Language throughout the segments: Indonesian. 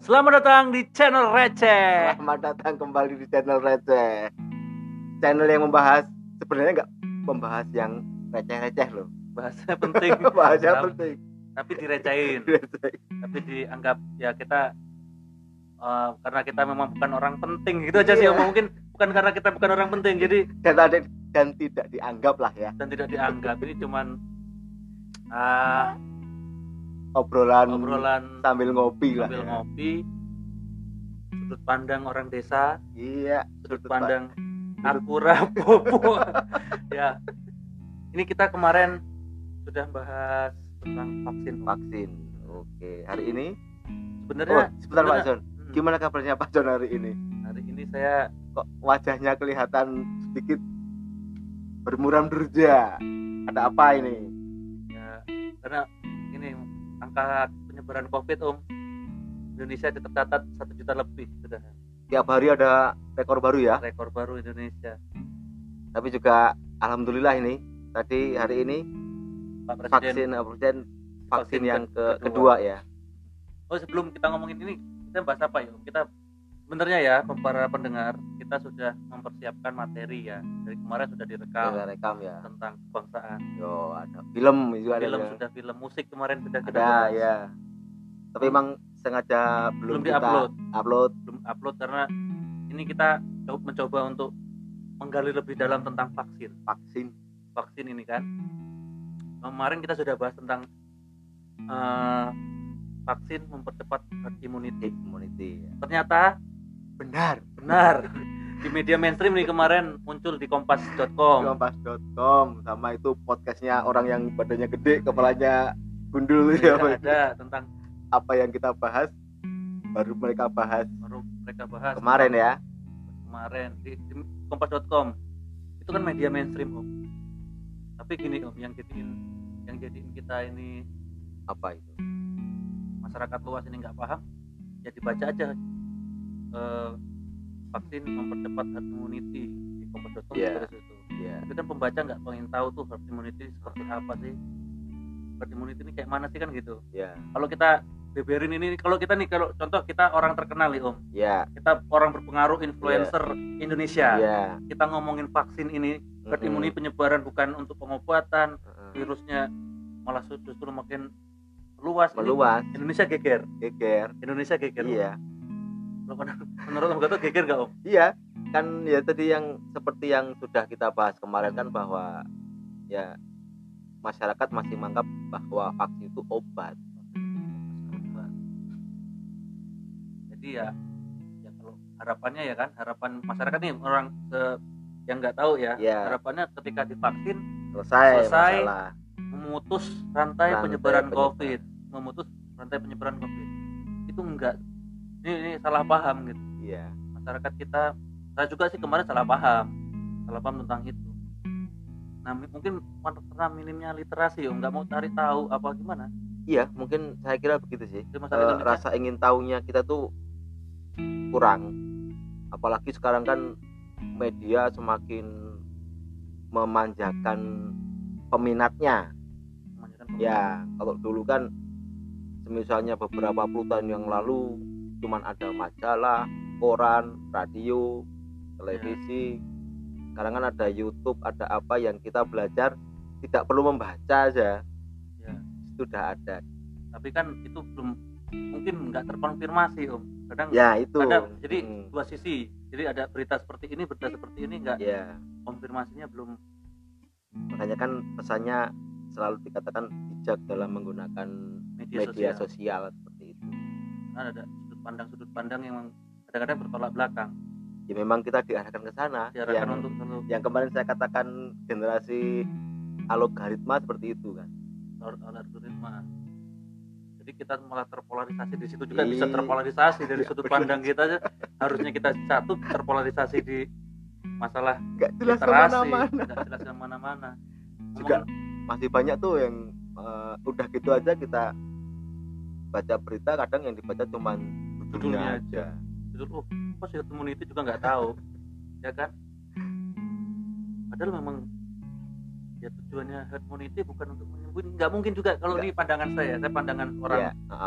Selamat datang di channel Receh. Selamat datang kembali di channel Receh. Channel yang membahas, sebenarnya nggak membahas yang receh-receh loh. Bahasanya penting. Bahasanya penting. Tapi direcehin. Tapi dianggap ya kita karena kita memang bukan orang penting gitu aja sih. Mungkin bukan karena kita bukan orang penting. Jadi dan tidak dianggap lah ya. Dan tidak dianggap. Ini cuman obrolan sambil ngopi lah. Sambil ngopi. Sudut pandang orang desa. Iya. Sudut pandang aku Rapopo. Ya. Ini kita kemarin sudah bahas tentang vaksin. Oke. Hari ini sebenarnya Pak John. Gimana kabarnya Pak John hari ini? Hari ini saya kok wajahnya kelihatan sedikit bermuram durja. Ada apa ini? Ya, karena ini angka penyebaran COVID Indonesia tercatat 1 juta lebih sudah. Tiap hari ada rekor baru ya? Rekor baru Indonesia. Tapi juga alhamdulillah ini tadi hari ini Pak Presiden vaksin yang kedua ya. Oh, sebelum kita ngomongin ini kita bahas apa yuk? Kita sebenarnya ya para pendengar kita sudah mempersiapkan materi ya. Dari kemarin sudah direkam ya tentang kebangsaan. Yo, ada film juga ada. Sudah film musik kemarin sudah kita ada ya. Tapi emang sengaja belum upload karena ini kita mencoba untuk menggali lebih dalam tentang vaksin ini kan. Kemarin kita sudah bahas tentang vaksin mempercepat herd immunity ya. Ternyata benar di media mainstream nih kemarin muncul di kompas.com sama itu podcastnya orang yang badannya gede kepalanya gundul ya, ada tentang apa yang kita bahas baru mereka bahas kemarin di kompas.com itu kan media mainstream tapi gini yang jadiin kita ini apa itu masyarakat luas ini nggak paham ya dibaca aja vaksin mempercepat herd immunity di kompas.com terus itu. Tapi kan pembaca nggak pengen tahu tuh herd immunity seperti apa sih, herd immunity ini kayak mana sih kan gitu. Kalau kita beberin ini, kalau contoh kita orang terkenal kita orang berpengaruh influencer Indonesia, kita ngomongin vaksin ini herd immunity penyebaran bukan untuk pengobatan, virusnya malah justru makin meluas. Indonesia geger. Iya. Menurut Om Gatot geger nggak Om? Iya, kan ya tadi yang seperti yang sudah kita bahas kemarin kan bahwa ya masyarakat masih menganggap bahwa vaksin itu obat. Jadi ya kalau harapannya harapan masyarakat nih orang yang nggak tahu harapannya ketika divaksin selesai memutus rantai penyebaran COVID. Itu enggak. Ini salah paham gitu. Iya. Masyarakat kita, saya juga sih kemarin salah paham tentang itu. Nah, mungkin karena minimnya literasi, nggak mau cari tahu apa gimana. Iya, mungkin saya kira begitu sih. Rasa ingin tahunya kita tuh kurang. Apalagi sekarang kan media semakin memanjakan peminatnya. Ya, kalau dulu kan misalnya beberapa puluh tahun yang lalu cuman ada majalah, koran, radio, televisi. Sekarang kan ada YouTube, ada apa yang kita belajar tidak perlu membaca aja. Sudah ada. Tapi kan itu belum mungkin nggak terkonfirmasi kadang itu jadi dua sisi. Jadi ada berita seperti ini nggak konfirmasinya belum. Makanya kan pesannya selalu dikatakan bijak dalam menggunakan media sosial seperti itu. Karena ada sudut pandang yang kadang-kadang bertolak belakang. Ya memang kita diarahkan ke sana. Yang kemarin saya katakan generasi algoritma seperti itu kan. Algoritma. Jadi kita malah terpolarisasi di situ juga bisa terpolarisasi dari sudut pandang kita aja. Harusnya kita satu terpolarisasi di masalah nggak jelas kemana-mana. Juga masih banyak tuh yang udah gitu aja kita baca berita kadang yang dibaca cuman judulnya aja. Pas herd immunity juga nggak tahu, ya kan? Padahal memang ya tujuannya herd immunity bukan untuk menyembuhkan, nggak mungkin juga kalau di pandangan saya pandangan orang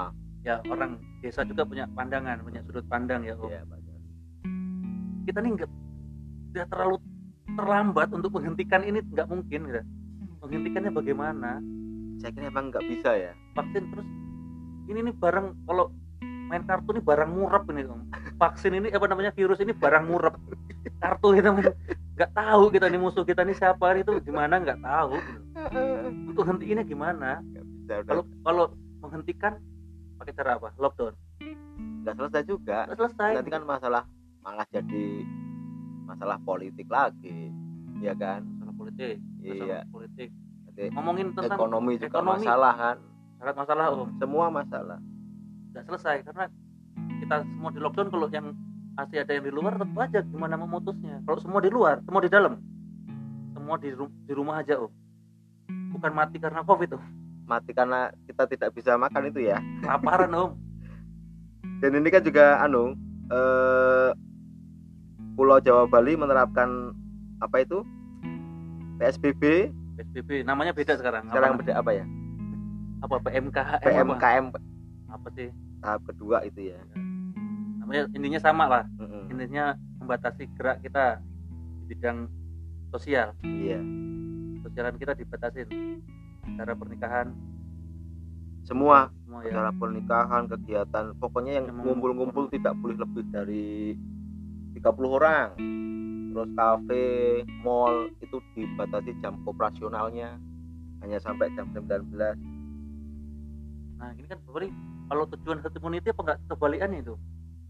ya orang desa juga punya pandangan, punya sudut pandang ya Om. Iya, kita nih sudah terlalu terlambat untuk menghentikan ini, nggak mungkin gitu. Menghentikannya bagaimana? Saya kira emang nggak bisa ya. Vaksin terus ini nih barang, kalau main kartu ini barang murah ini Om. Vaksin ini apa namanya, virus ini barang murah. Kartu kita nggak tahu kita nih musuh kita nih siapa itu gimana, nggak tahu gitu. Untuk hentiinnya gimana? Nggak bisa. Kalau menghentikan pakai cara apa? Lockdown. Nggak selesai juga. Nggak selesai. Nanti kan malah jadi masalah politik lagi, ya kan? Masalah politik. Iya. Politik. Nanti ngomongin tentang ekonomi juga masalah kan? Sangat masalah Om. Semua masalah. Nggak selesai karena kita semua di lockdown. Kalau yang masih ada yang di luar tentu aja gimana memutusnya. Kalau semua di luar, semua di dalam, semua di rumah aja Om. Bukan mati karena COVID Om. Mati karena kita tidak bisa makan itu ya. Laparan Om. Dan ini kan juga Pulau Jawa Bali menerapkan apa itu? PSBB. Namanya beda sekarang. Sekarang beda apa ya? Apa PMKM? PMKM. Apa sih? Tahap kedua itu ya. Namanya intinya sama lah. Intinya membatasi gerak kita di bidang sosial. Iya. Sosialan kita dibatasin. Cara pernikahan. Semua ya. Cara pernikahan, kegiatan, pokoknya yang ngumpul-ngumpul tidak boleh lebih dari 30 orang. Terus kafe, mall itu dibatasi jam operasionalnya hanya sampai jam 19. Nah ini kan kalau tujuan herd immunity apa nggak kebalikannya itu?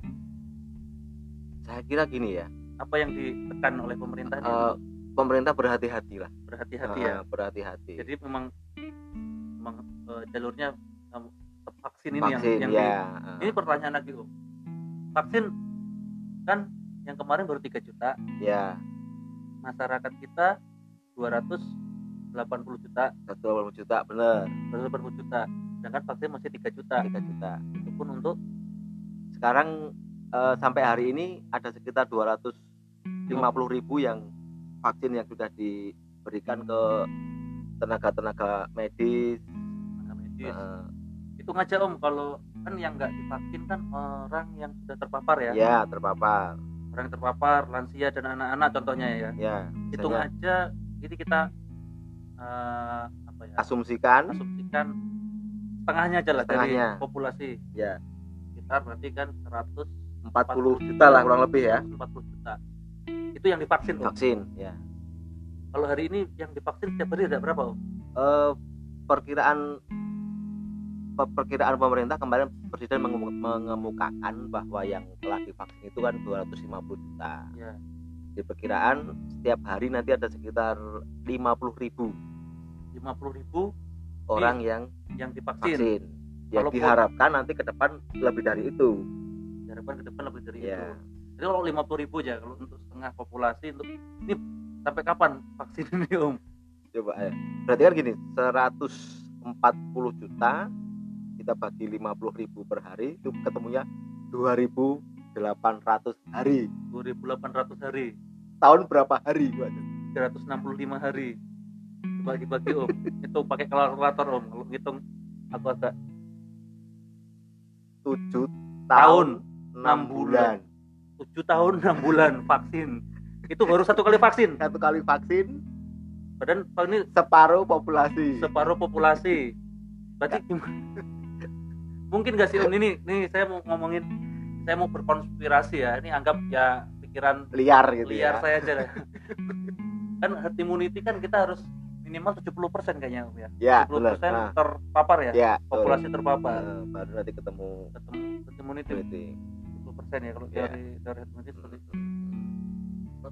Saya kira gini ya. Apa yang ditekan oleh pemerintah? Pemerintah berhati-hati lah. Berhati-hati ya. Berhati-hati. Jadi memang jalurnya vaksin ini yang ya. Ini pertanyaan lagi Om. Vaksin kan yang kemarin baru 3 juta. Ya. Masyarakat kita 280 juta. 180 juta, benar. 280 juta. Sedangkan vaksin masih 3 juta. 3 juta. Itu pun untuk sekarang sampai hari ini ada sekitar 250.000 yang vaksin yang sudah diberikan ke tenaga medis. Itu ngajak Om, kalau kan yang nggak divaksin kan orang yang sudah terpapar ya. Ya, terpapar. Orang yang terpapar, lansia dan anak-anak contohnya ya. Ya. Hitung aja, jadi kita asumsikan setengahnya aja lah dari populasi. Ya. Sekitar berarti kan 140 juta lah kurang lebih ya. 140 juta. Itu yang divaksin Om. Vaksin, ya. Kalau hari ini yang divaksin setiap hari ada berapa Om? Perkiraan pemerintah kemarin Presiden mengemukakan bahwa yang telah divaksin itu kan 250 juta. Ya. Di perkiraan setiap hari nanti ada sekitar 50.000 orang yang divaksin. Ya, diharapkan nanti ke depan lebih dari itu. Itu. Jadi kalau 50.000 aja, kalau untuk setengah populasi, untuk ini sampai kapan vaksin ini Om? Coba ya. Berarti kan gini, 140 juta kita bagi 50.000 per hari itu ketemunya 2.800 hari. 2.800 hari. Tahun berapa hari? 365 hari. Bagi-bagi Om. Itu pakai kalkulator Om. Kalau ngitung aku agak 7 tahun 6 bulan. 7 tahun 6 bulan vaksin. Itu baru satu kali vaksin. Padahal ini separuh populasi. Berarti gimana? Mungkin gak sih Om, ini saya mau ngomongin, saya mau berkonspirasi ya. Ini anggap ya pikiran liar gitu liar saya aja lah. Kan herd immunity kan kita harus minimal 70% kayaknya Om ya. Ya 70% terpapar ya. Populasi terpapar. Baru nanti ketemu herd immunity. 70% ya kalau dari herd immunity seperti itu. Kalau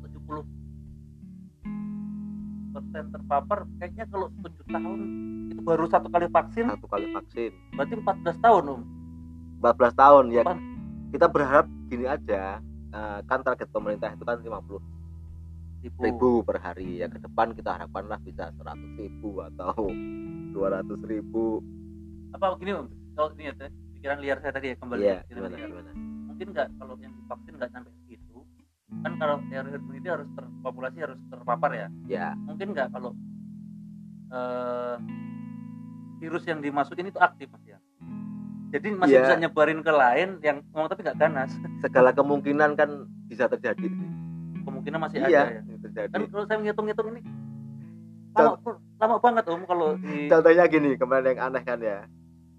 70% terpapar kayaknya kalau 7 tahun itu baru satu kali vaksin. Berarti 14 tahun Om. 14 tahun ya. Kita berharap gini aja, kan target pemerintah itu kan 50.000 per hari ya. Ke depan kita harapkanlah bisa 100.000 atau 200.000. Apa gini Om, kalau ini ya pikiran liar saya tadi ya, kembali gimana? Mungkin nggak kalau yang divaksin nggak sampai segitu kan, kalau herd immunity populasi harus terpapar ya. Mungkin nggak kalau virus yang dimasukin itu aktif Mas ya. Jadi masih bisa nyebarin ke lain yang ngomong tapi nggak ganas. Segala kemungkinan kan bisa terjadi. Kemungkinan masih ada ya. Terjadi. Kan kalau saya ngitung-ngitung ini lama banget kalau di... Contohnya gini, kemarin yang aneh kan ya,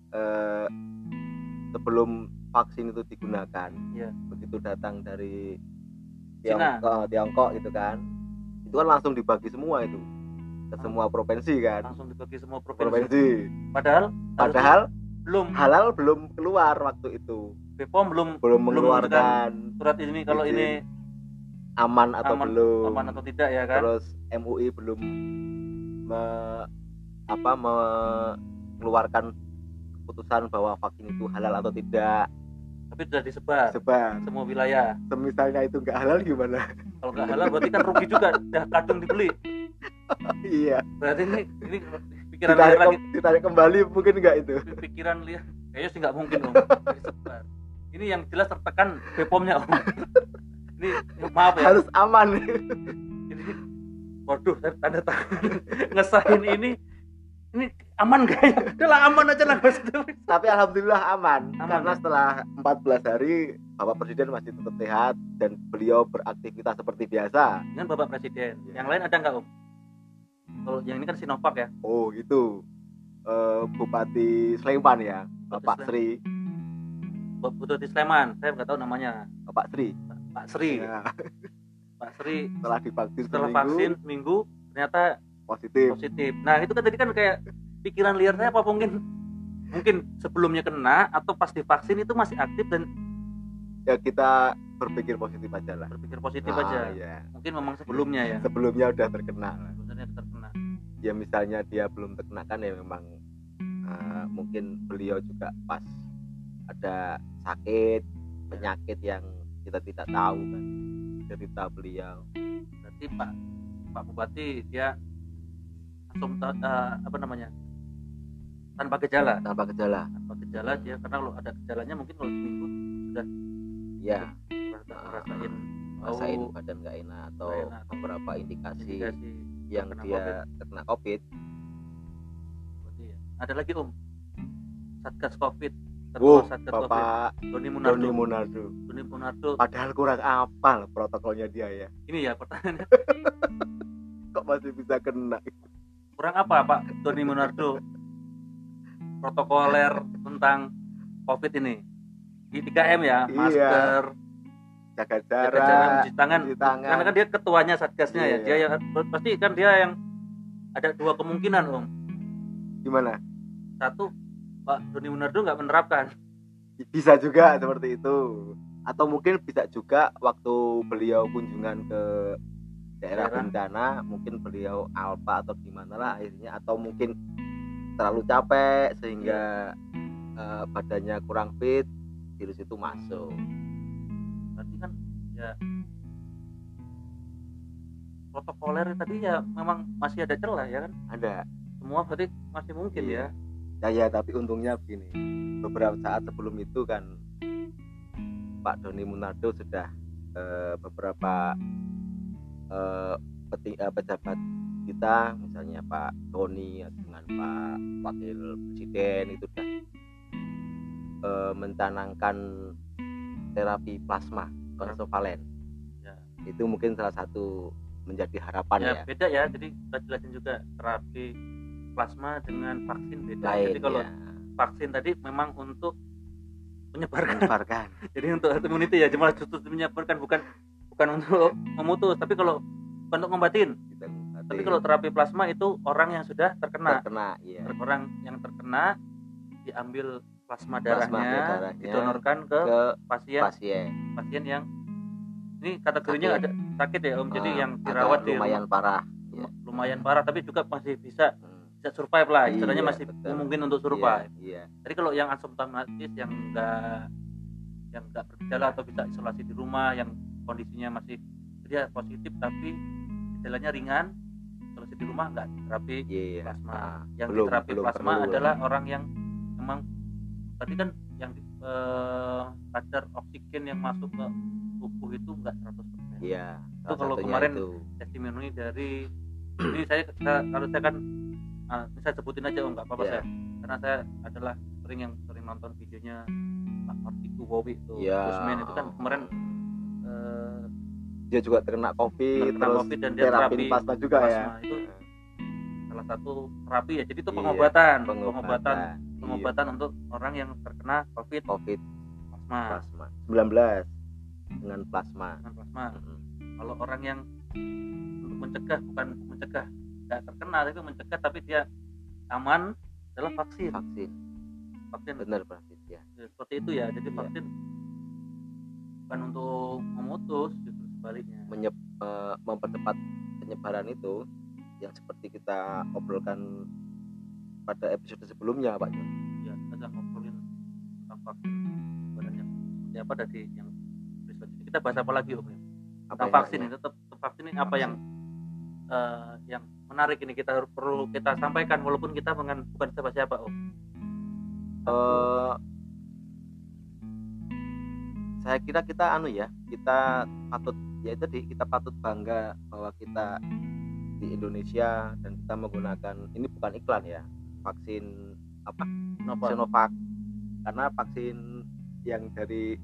sebelum vaksin itu digunakan, begitu datang dari Tiongkok gitu kan, itu kan langsung dibagi semua itu ke semua provinsi kan, langsung dibagi semua provinsi. Padahal belum halal, belum keluar waktu itu. BPOM belum mengeluarkan surat ini kalau ini aman atau belum, aman atau tidak ya kan. Terus MUI belum mengeluarkan keputusan bahwa vaksin itu halal atau tidak. Tapi sudah disebar semua wilayah. Misalnya itu nggak halal gimana? Kalau nggak halal berarti kan rugi juga, dah kadung dibeli. Iya. Berarti ini pikiran liar lagi. Ditarik kembali mungkin nggak itu? Pikiran liar, kayaknya sih nggak mungkin Om. Disebar. Ini yang jelas tertekan BPOM-nya Om. Ini maaf ya. Harus aman. Ini waduh, tanda tangan ngesahin ini aman gak ya? Udahlah aman aja lah. Tapi alhamdulillah aman karena setelah 14 hari Bapak Presiden masih tetap sehat dan beliau beraktivitas seperti biasa. Dengan Bapak Presiden. Yang lain ada nggak Om? Kalau yang ini kan Sinovac ya. Oh gitu. Bupati Sleman ya, Bapak Sri. Bupati Sleman, saya nggak tahu namanya. Pak Sri. Ya. Pak Sri setelah vaksin seminggu ternyata positif. Nah itu kan tadi kan kayak pikiran liar saya, apa mungkin sebelumnya kena atau pas divaksin itu masih aktif dan ya kita berpikir positif aja lah. Ya. Mungkin memang sebelumnya udah terkena. Ya misalnya dia belum terkena kan ya memang mungkin beliau juga pas ada sakit penyakit yang kita tidak tahu kan cerita beliau. Berarti Pak Bupati dia langsung tanpa gejala dia, karena kalau ada gejalanya mungkin kalau seminggu sudah rasain badan nggak enak atau beberapa indikasi yang dia terkena COVID. Ada lagi Om, Satgas COVID. Bapak Doni Monardo. Padahal kurang apal protokolnya dia ya. Ini ya pertanyaannya. Kok masih bisa kena? Kurang apa Pak Doni Monardo protokoler tentang COVID ini? Di 3M ya, masker, jaga jarak, cuci tangan. Karena kan dia ketuanya Satgasnya ya. Dia yang pasti kan dia yang ada dua kemungkinan Om. Gimana? Satu, Pak Doni Monardo nggak menerapkan. Bisa juga seperti itu. Atau mungkin bisa juga waktu beliau kunjungan ke daerah bencana, mungkin beliau alpa atau gimana lah akhirnya, atau mungkin terlalu capek sehingga badannya kurang fit, virus itu masuk. Berarti kan ya protokoler tadi ya memang masih ada celah ya kan? Ada. Semua berarti masih mungkin ya. Ya, tapi untungnya begini, beberapa saat sebelum itu kan Pak Doni Monardo sudah beberapa pejabat kita, misalnya Pak Doni dengan Pak Wakil Presiden itu sudah mencanangkan terapi plasma konvalesen. Ya. Itu mungkin salah satu menjadi harapan ya. Beda ya, jadi kita jelasin juga terapi plasma dengan vaksin beda. Lain, jadi kalau vaksin tadi memang untuk menyebarkan. Jadi untuk herd immunity ya, cuma justru menyebarkan, bukan untuk memutus, tapi kalau untuk ngobatin. Tapi kalau terapi plasma itu orang yang sudah terkena iya. Orang yang terkena diambil plasma darahnya didonorkan ke pasien yang ini kategorinya ada sakit ya Om. Jadi yang dirawat lumayan parah tapi juga masih bisa survive lah, istilahnya masih mungkin untuk survive. Jadi kalau yang asimptomatis yang enggak bergejala atau bisa isolasi di rumah, yang kondisinya masih dia positif tapi gejalanya ringan, isolasi di rumah enggak terapi plasma. Yang terapi plasma adalah orang yang memang tadi kan yang kadar oksigen yang masuk ke tubuh itu enggak 100%. Iya. Itu kalau kemarin testimoni dari ini saya kan saya sebutin aja Om, nggak apa-apa saya, karena saya adalah yang sering nonton videonya Pak Martiku Wowi itu ya. Gusman itu kan kemarin dia juga terkena COVID, terus COVID dan dia terapi plasma juga ya. Itu salah satu terapi ya. Jadi itu pengobatan untuk orang yang terkena COVID plasma 19 dengan plasma. Kalau orang yang untuk mencegah, bukan mencegah nggak terkena tapi mencegah tapi dia aman adalah vaksin. Benar vaksin ya. Seperti itu ya. Jadi vaksin bukan untuk memutus, justru sebaliknya mempercepat penyebaran itu yang seperti kita obrolkan pada episode sebelumnya Pak Jon. Ya, kita ngobrolin tentang vaksin sebenarnya seperti apa dari yang selanjutnya. Kita bahas apa lagi Om? Tentang vaksin ini tetap vaksin ini apa yang menarik ini perlu kita sampaikan walaupun kita bukan siapa-siapa Om. Saya kira kita patut bangga bahwa kita di Indonesia dan kita menggunakan, ini bukan iklan ya, vaksin Sinovac, karena vaksin yang dari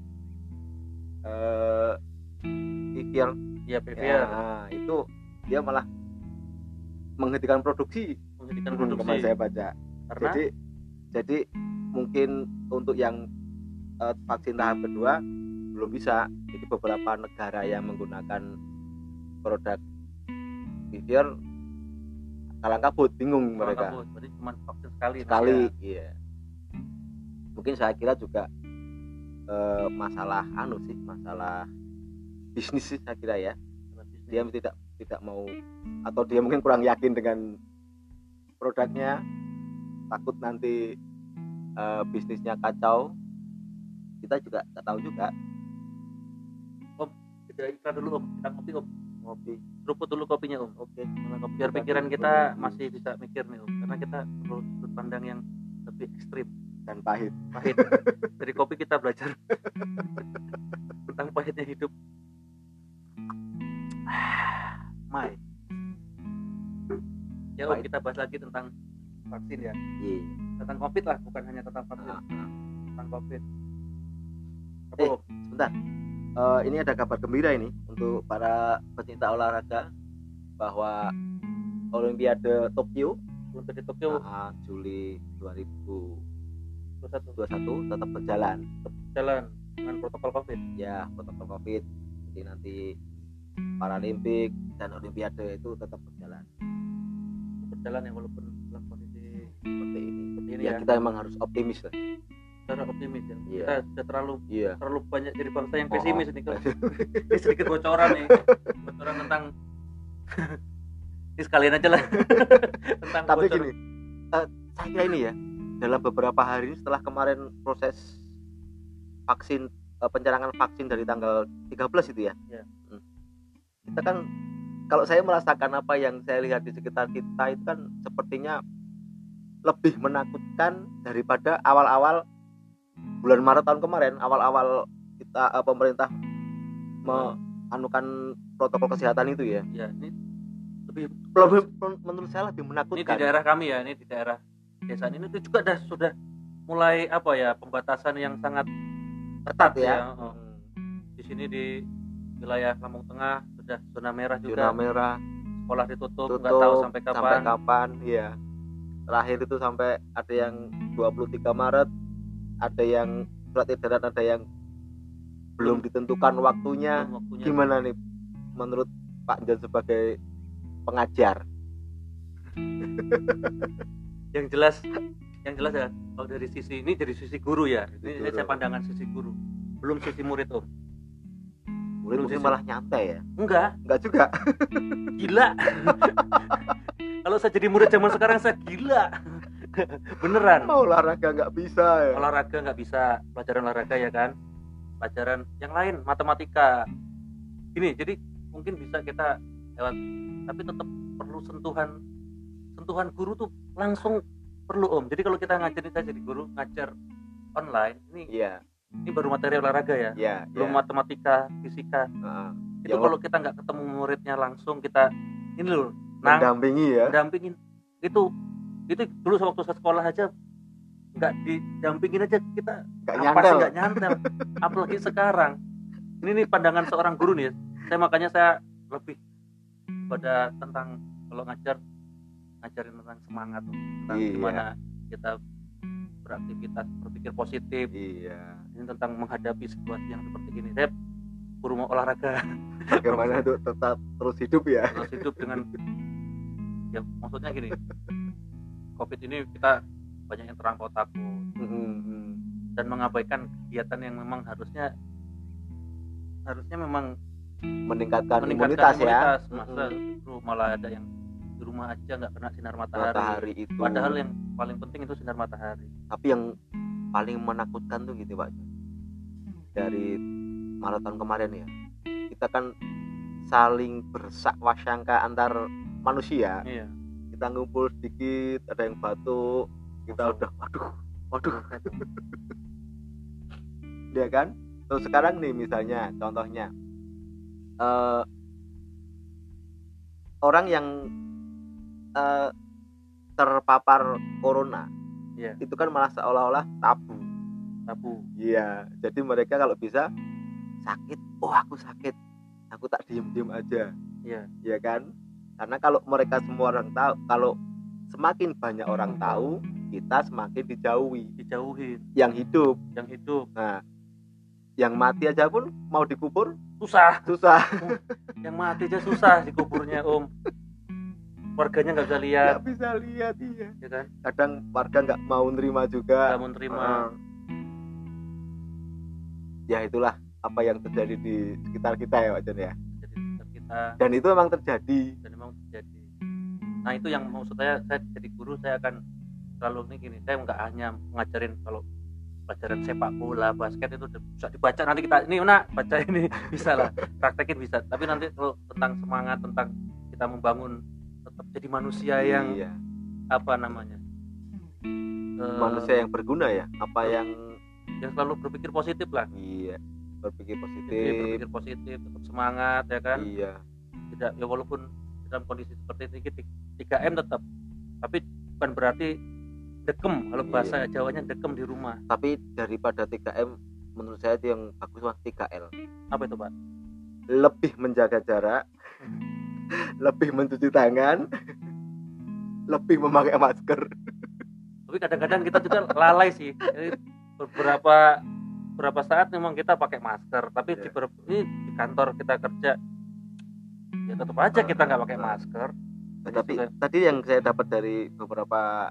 Pfizer ya, itu dia malah menghentikan produksi. Kemarin saya baca. Karena? Jadi mungkin untuk yang vaksin tahap kedua belum bisa. Jadi beberapa negara yang menggunakan produk Pfizer kalang kabut, bingung mereka. Berarti cuma vaksin sekali. Iya. Mungkin saya kira juga masalah bisnis sih saya kira ya. Dia tidak mau, atau dia mungkin kurang yakin dengan produknya, takut nanti bisnisnya kacau. Kita juga nggak tahu juga. Om, kita iklan dulu Om, kita ngopi. Seruput dulu kopinya Om. Oke. Biar pikiran kita masih bisa mikir nih Om, karena kita perlu sudut pandang yang lebih ekstrim dan pahit. Dari kopi kita belajar tentang pahitnya hidup. Ya Om, kita bahas lagi tentang vaksin ya. Tentang COVID lah, bukan hanya tentang vaksin. Tentang COVID. Sebentar. Ini ada kabar gembira ini untuk para pecinta olahraga bahwa Olimpiade Tokyo Juli 2021 tetap berjalan dengan protokol COVID. Ya, protokol COVID. Jadi nanti Paralimpik dan Olimpiade itu tetap berjalan ya, walaupun dalam kondisi seperti ini ya. Kita memang harus optimis lah. Kita sudah terlalu banyak jadi bangsa yang pesimis ini kan. Ini sedikit bocoran tentang ini sekalian aja lah. Tentang tapi gini, saya kira ini ya, dalam beberapa hari ini setelah kemarin proses vaksin, pencerangan vaksin dari tanggal 13 itu ya. Kita kan, kalau saya merasakan apa yang saya lihat di sekitar kita itu kan sepertinya lebih menakutkan daripada awal-awal bulan Maret tahun kemarin. Awal-awal kita pemerintah menganukan protokol kesehatan itu ya. Ya, ini lebih menurut saya lebih menakutkan. Ini di daerah kami ya, ini di daerah desa ini itu juga sudah mulai pembatasan yang sangat ketat ya. Di sini di wilayah Lampung Tengah sudah zona merah juga. Sekolah ditutup, nggak tahu sampai kapan. Iya. Terakhir itu sampai ada yang 23 Maret, ada yang surat edaran, ada yang belum ditentukan waktunya. Gimana nih menurut Pak Jan sebagai pengajar? Yang jelas ya, kalau dari sisi guru ya. Ini saya pandangan sisi guru, belum sisi murid Om. Murid mungkin malah nyantai ya? Enggak juga. Gila. Kalau saya jadi murid zaman sekarang saya gila. Beneran. Olahraga nggak bisa ya? Olahraga nggak bisa, pelajaran olahraga ya kan. Pelajaran yang lain, matematika. Ini jadi mungkin bisa kita lewat, tapi tetap perlu sentuhan guru tuh langsung perlu Om. Jadi kalau kita ngajarin, saya jadi guru ngajar online ini. Iya. Ini baru materi olahraga ya, belum matematika, fisika. Itu kalau kita nggak ketemu muridnya langsung, kita ini loh, mendampingin. Itu dulu waktu saya sekolah aja nggak didampingin aja kita nggak nyantel. Apalagi sekarang ini pandangan seorang guru nih. Saya lebih pada tentang kalau ngajarin tentang semangat, tentang gimana kita beraktivitas, berpikir positif. Iya. Ini tentang menghadapi situasi yang seperti ini. Saya guru mau olahraga. Bagaimana untuk tetap terus hidup ya? Terus hidup dengan ya maksudnya gini. Covid ini kita banyak yang terlampau takut dan mengabaikan kegiatan yang memang harusnya memang meningkatkan imunitas ya. Masa malah ada yang di rumah aja nggak kena sinar matahari itu. Padahal yang paling penting itu sinar matahari. Tapi yang paling menakutkan tuh gitu Pak, dari Maret tahun kemarin ya, kita kan saling bersak-wasangka antar manusia. Iya. Kita ngumpul sedikit, ada yang batuk, kita udah waduh ya kan. Terus sekarang nih misalnya contohnya orang yang terpapar corona, itu kan malah seolah-olah tabu. Iya, jadi mereka kalau bisa sakit, aku sakit, aku tak diem aja. Iya kan, karena kalau mereka semua orang tahu, kalau semakin banyak orang tahu, kita semakin dijauhin yang hidup. Nah, yang mati aja pun mau dikubur susah. Yang mati aja susah dikuburnya Om. Warganya nggak bisa lihat, iya. Ya kan? Kadang warga nggak mau nerima juga. Ya itulah apa yang terjadi di sekitar kita ya Pak Jon ya. Dan itu memang terjadi. Nah itu yang maksud saya jadi guru, saya akan selalu gini, saya nggak hanya ngajarin kalau pelajaran sepak bola, basket itu bisa dibaca, nanti kita ini baca ini bisa lah, praktekin bisa. Tapi nanti kalau tentang semangat, tentang kita membangun tetap jadi manusia yang manusia yang berguna ya, yang selalu berpikir positif lah. Iya, berpikir positif, tetap semangat ya kan. Iya. Tidak ya, walaupun dalam kondisi seperti ini 3M tetap, tapi bukan berarti dekem, kalau bahasa Jawanya dekem di rumah. Tapi daripada 3M menurut saya itu yang bagus mah 3L. Apa itu Pak? Lebih menjaga jarak, lebih mencuci tangan, lebih memakai masker. Tapi kadang-kadang kita juga lalai sih. Jadi beberapa saat memang kita pakai masker, tapi di kantor kita kerja ya tetap aja kita nggak pakai masker. Tapi tadi yang saya dapat dari beberapa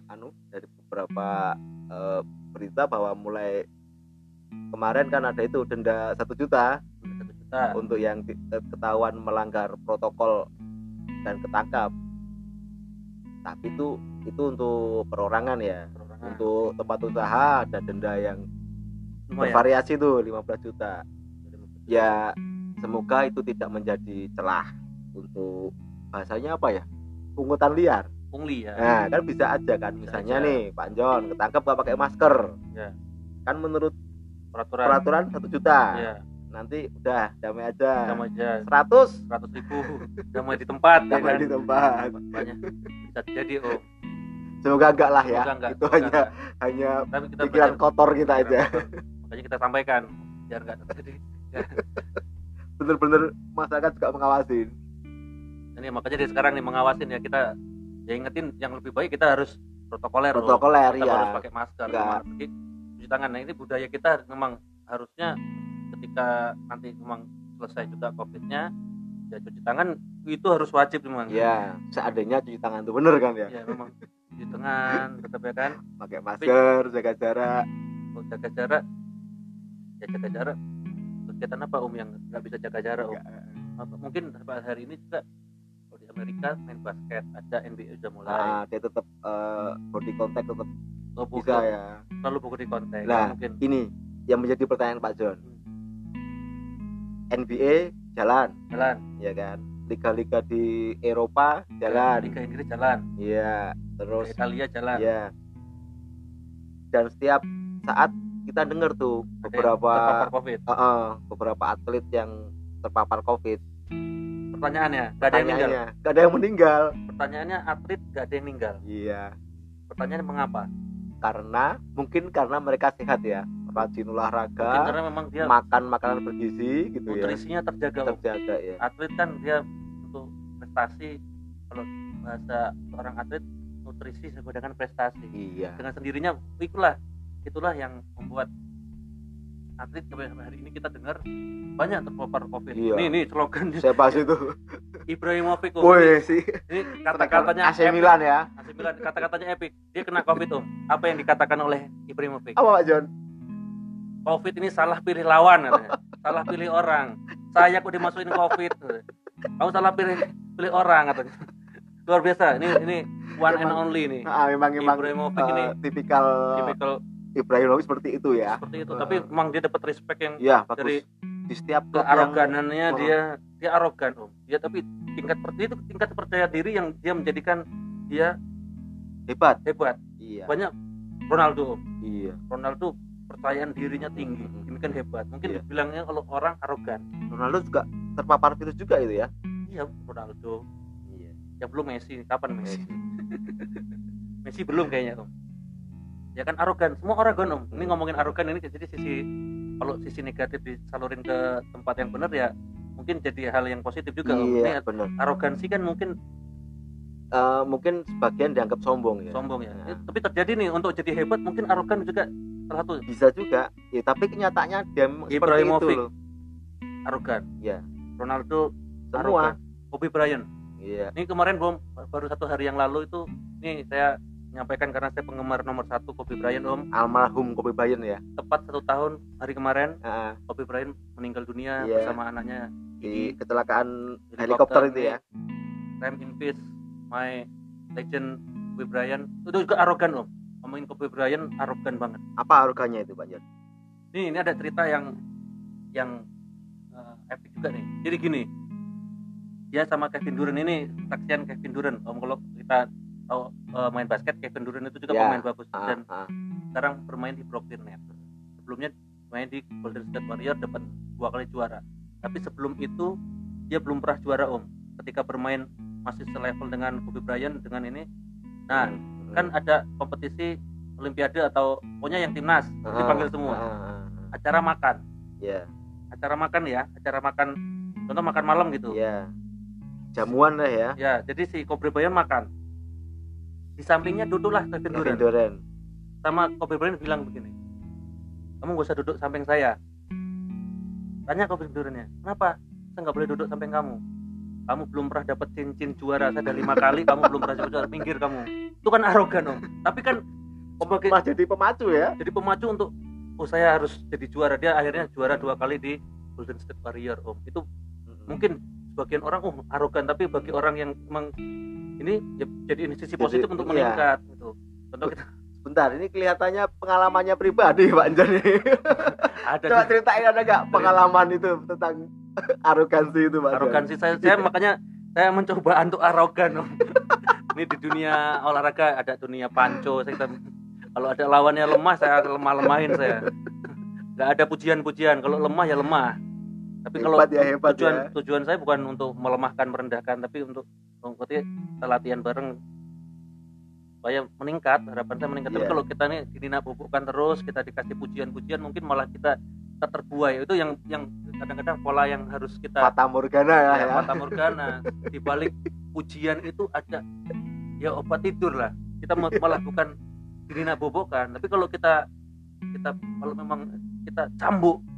berita bahwa mulai kemarin kan ada itu denda 1 juta untuk yang ketahuan melanggar protokol dan ketangkap. Tapi itu untuk perorangan ya. Untuk tempat usaha ada denda yang bervariasi tuh 15 juta. Ya semoga itu tidak menjadi celah untuk bahasanya apa ya? Pungutan liar. Pungli ya. Nah, kan bisa aja kan, misalnya nih Pak Jon ketangkap gak pakai masker. Ya. Kan menurut peraturan 1 juta. Ya. Nanti udah damai aja. 100 ribu damai di tempat. Damai di tempat. Banyak bisa jadi Om. Semoga enggak lah ya. Itu hanya pikiran kotor kita aja. Makanya kita sampaikan biar enggak terjadi. Bener-bener masyarakat juga mengawasin. Ini makanya dari sekarang nih mengawasin ya, kita ya ingetin yang lebih baik, kita harus protokoler ya. Harus pakai masker, cuci tangan. Nah ini budaya kita memang harusnya ketika nanti memang selesai juga Covid-nya ya cuci tangan itu harus wajib memang. Ya, seandainya cuci tangan itu bener kan ya. Ya memang cuci tangan tetap ya kan. Pakai masker, jaga jarak. Jaga jarak. Kegiatan apa Om yang nggak bisa jaga jarak Om? Mungkin hari ini juga kalau di Amerika main basket, ada NBA udah mulai. Dia tetap body contact tetap bisa ya. Selalu body contact. Nah, mungkin ini yang menjadi pertanyaan Pak Jon. NBA jalan, ya kan? Liga-liga di Eropa jalan. Liga Inggris jalan. Iya, terus Liga Italia jalan. Iya. Dan setiap saat kita dengar tuh beberapa atlet yang terpapar Covid. Pertanyaannya, gak ada yang meninggal. Pertanyaannya, atlet gak ada yang meninggal. Iya. Pertanyaannya mengapa? mungkin karena mereka sehat ya, rajin olahraga, karena memang dia makan makanan bergizi gitu ya, nutrisinya terjaga ya. Atlet kan dia untuk prestasi, kalau bahasa seorang atlet nutrisi sama dengan prestasi. Iya. Dengan sendirinya itulah yang membuat atlet sampai hari ini kita dengar banyak terpapar COVID. Iya. Ini slogan siapa sih itu? Ibrahimovic. Ini kata-katanya AC Milan ya. AC Milan, kata-katanya epic. Dia kena COVID Apa yang dikatakan oleh Ibrahimovic? Apa Pak John? COVID ini salah pilih lawan katanya. Salah pilih orang. Saya kok dimasukin COVID. Kamu salah pilih orang katanya. Luar biasa. Ini one and only nih. Memang Ibrahimovic ini tipikal Ibrahimovic seperti itu ya. Seperti itu. Tapi memang dia dapat respect yang bagus. Dari di setiap kearoganannya dia arogan Dia tapi tingkat percaya diri yang dia menjadikan dia hebat. Iya. Banyak Ronaldo. Iya. Ronaldo percayaan dirinya tinggi. Ini kan hebat. Mungkin bilangnya kalau orang arogan. Ronaldo juga terpapar virus juga itu ya. Iya, Ronaldo. Iya. Ya belum Messi. Kapan Messi? Messi belum kayaknya Ya kan arogan. Semua arogan Ini ngomongin arogan ini jadi kalau sisi negatif disalurin ke tempat yang benar ya mungkin jadi hal yang positif juga. Iya, benar. Arogansi kan mungkin sebagian dianggap sombong ya. Tapi terjadi nih untuk jadi hebat mungkin arogan juga salah satu. Bisa juga. Ya, tapi kenyataannya dia seperti itu loh. Arogan. Ya. Ronaldo semua. Arogan. Kobe Bryant. Iya. Ini kemarin baru 1 hari yang lalu itu nih saya menyampaikan karena saya penggemar nomor 1 Kobe Bryant almarhum Kobe Bryant ya. Tepat 1 tahun hari kemarin Kobe Bryant meninggal dunia bersama anaknya di kecelakaan helikopter itu ya. Rest in peace my legend Kobe Bryant. Itu juga arogan ngomongin Kobe Bryant arogan banget. Apa arogannya itu Pak Jan? Ini ada cerita yang epic juga nih. Jadi gini, dia sama Kevin Durant ini saksian Kevin Durant kalau kita tahu main basket, Kevin Durant itu juga pemain bagus dan sekarang bermain di Brooklyn Nets. Sebelumnya main di Golden State Warriors, dapat 2 kali juara. Tapi sebelum itu dia belum pernah juara ketika bermain masih selevel dengan Kobe Bryant dengan ini. Nah kan ada kompetisi Olimpiade atau pokoknya yang timnas dipanggil semua. Acara makan. Acara makan contoh makan malam gitu. Jamuan lah ya. Ya, jadi si Kobe Bryant makan. Di sampingnya duduklah Kevin Durant. Sama Kobe Bryant bilang begini, kamu gak usah duduk samping saya. Tanya Kobe Durantnya, kenapa saya gak boleh duduk samping kamu? Kamu belum pernah dapat cincin juara, saya ada 5 kali, kamu belum pernah juara, pinggir kamu. Itu kan arogan tapi kan jadi pemacu ya. Jadi pemacu untuk saya harus jadi juara. Dia akhirnya juara 2 kali di Golden State Warriors Itu mungkin sebagian orang arogan, tapi bagi orang yang memang ini ya, jadi ini sisi positif untuk meningkat gitu. Contoh kita sebentar, ini kelihatannya pengalamannya pribadi Pak Jan. Ada. Coba ceritain ada nggak pengalaman itu tentang arogansi itu Pak? Arogansi saya makanya saya mencoba untuk arogan Ini di dunia olahraga ada dunia panco. Kalau ada lawannya lemah saya lemah-lemahin saya. Nggak ada pujian-pujian. Kalau lemah ya lemah. Tapi kalau tujuan saya bukan untuk melemahkan, merendahkan, tapi untuk mengikuti latihan bareng supaya meningkat. Harapan saya meningkat. Tapi kalau kita nih dinabubukkan terus, kita dikasih pujian-pujian, mungkin malah kita terbuai. Itu yang kadang-kadang pola yang harus kita fata morgana ya. Fata morgana. Di balik pujian itu ada ya obat tidur lah. Kita malah bukan dinabubukkan. Tapi kalau kita kalau memang kita cambuk